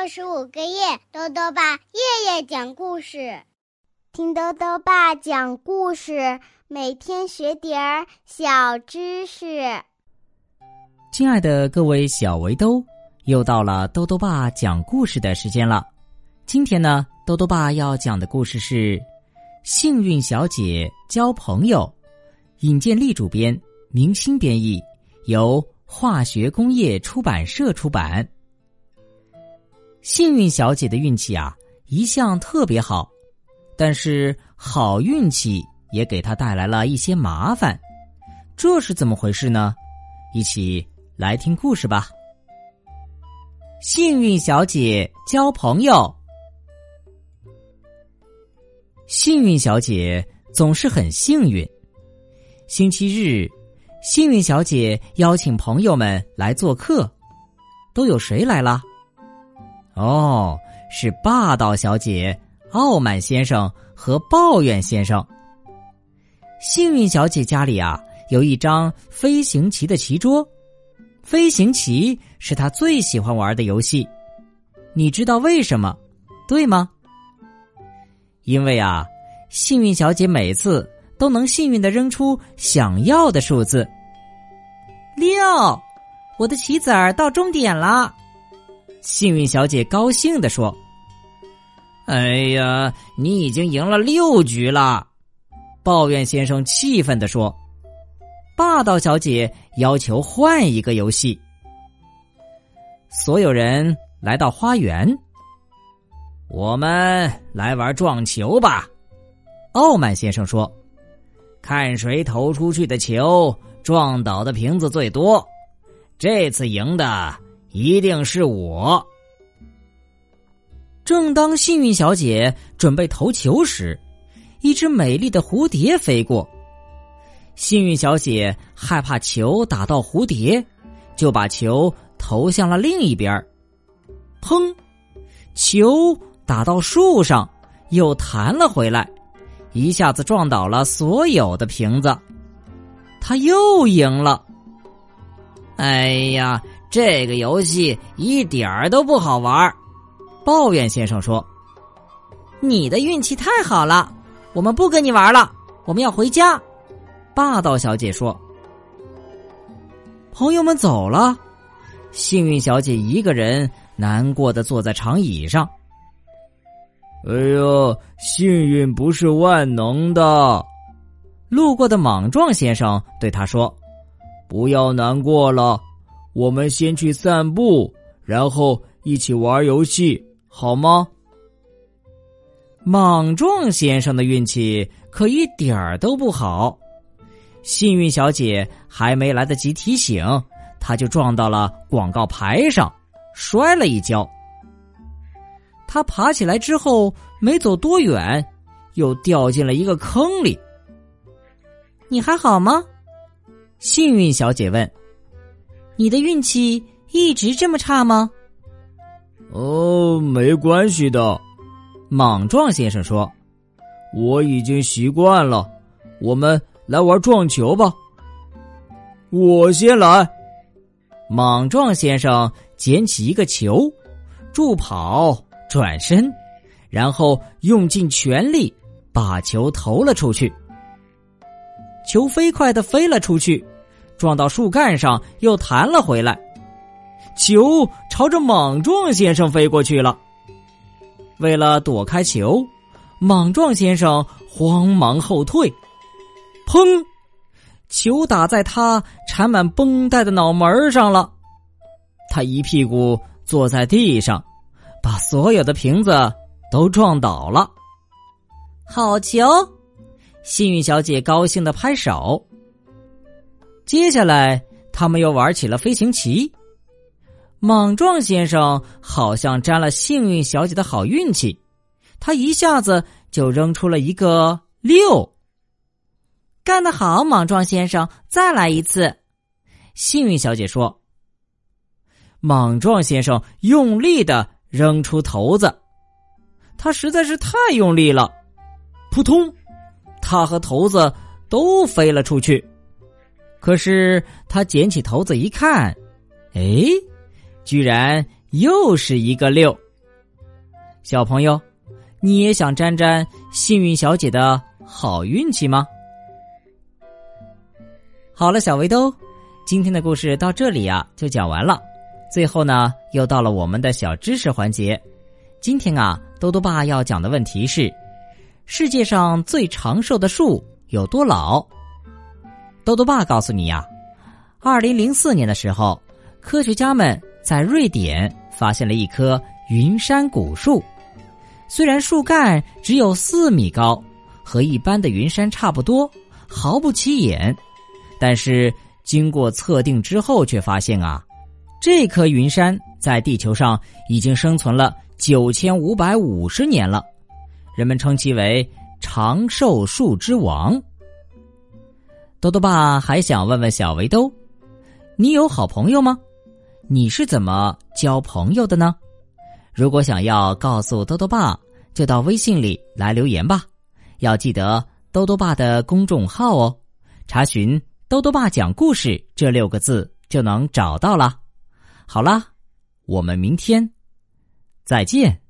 65个夜，豆豆爸夜夜讲故事，听豆豆爸讲故事，每天学点儿小知识。 亲爱的各位小围兜，又到了豆豆爸讲故事的时间了。今天呢，豆豆爸要讲的故事是幸运小姐交朋友，尹建莉主编，明星编译，由化学工业出版社出版。幸运小姐的运气啊，一向特别好，但是好运气也给她带来了一些麻烦，这是怎么回事呢？一起来听故事吧。幸运小姐交朋友。幸运小姐总是很幸运。星期日，幸运小姐邀请朋友们来做客，都有谁来了？哦，是霸道小姐、傲慢先生和抱怨先生。幸运小姐家里啊，有一张飞行棋的棋桌，飞行棋是她最喜欢玩的游戏。你知道为什么，对吗？因为啊，幸运小姐每次都能幸运地扔出想要的数字。6，我的棋子儿到终点了。幸运小姐高兴地说：哎呀，你已经赢了6局了。抱怨先生气愤地说。霸道小姐要求换一个游戏。所有人来到花园。我们来玩撞球吧。傲慢先生说，看谁投出去的球撞倒的瓶子最多，这次赢的一定是我。正当幸运小姐准备投球时，一只美丽的蝴蝶飞过。幸运小姐害怕球打到蝴蝶，就把球投向了另一边。砰！球打到树上，又弹了回来，一下子撞倒了所有的瓶子。她又赢了。哎呀，这个游戏一点儿都不好玩。抱怨先生说，你的运气太好了，我们不跟你玩了，我们要回家。霸道小姐说。朋友们走了，幸运小姐一个人难过地坐在长椅上。哎呀，幸运不是万能的。路过的莽撞先生对她说，不要难过了，我们先去散步，然后一起玩游戏，好吗？莽撞先生的运气可一点儿都不好。幸运小姐还没来得及提醒，她就撞到了广告牌上，摔了一跤。她爬起来之后没走多远，又掉进了一个坑里。你还好吗？幸运小姐问。你的运气一直这么差吗？哦，没关系的。莽撞先生说，我已经习惯了，我们来玩撞球吧。我先来。莽撞先生捡起一个球，助跑转身，然后用尽全力把球投了出去。球飞快地飞了出去，撞到树干上又弹了回来，球朝着莽撞先生飞过去了。为了躲开球，莽撞先生慌忙后退。砰！球打在他缠满绷带的脑门上了，他一屁股坐在地上，把所有的瓶子都撞倒了。好球！幸运小姐高兴地拍手。接下来他们又玩起了飞行棋。莽撞先生好像沾了幸运小姐的好运气，他一下子就扔出了一个6。干得好，莽撞先生，再来一次。幸运小姐说。莽撞先生用力地扔出骰子，他实在是太用力了，扑通，他和骰子都飞了出去。可是他捡起骰子一看，哎，居然又是一个6。 小朋友，你也想沾沾幸运小姐的好运气吗？好了，小围兜，今天的故事到这里啊就讲完了。最后呢，又到了我们的小知识环节。今天啊，兜兜爸要讲的问题是：世界上最长寿的树有多老？兜兜爸告诉你呀，2004年的时候，科学家们在瑞典发现了一棵云杉古树。虽然树干只有4米高，和一般的云杉差不多，毫不起眼，但是经过测定之后却发现啊，这棵云杉在地球上已经生存了9550年了，人们称其为长寿树之王。兜兜爸还想问问小围兜，你有好朋友吗？你是怎么交朋友的呢？如果想要告诉兜兜爸，就到微信里来留言吧，要记得兜兜爸的公众号哦，查询兜兜爸讲故事这6个字就能找到了。好啦，我们明天再见。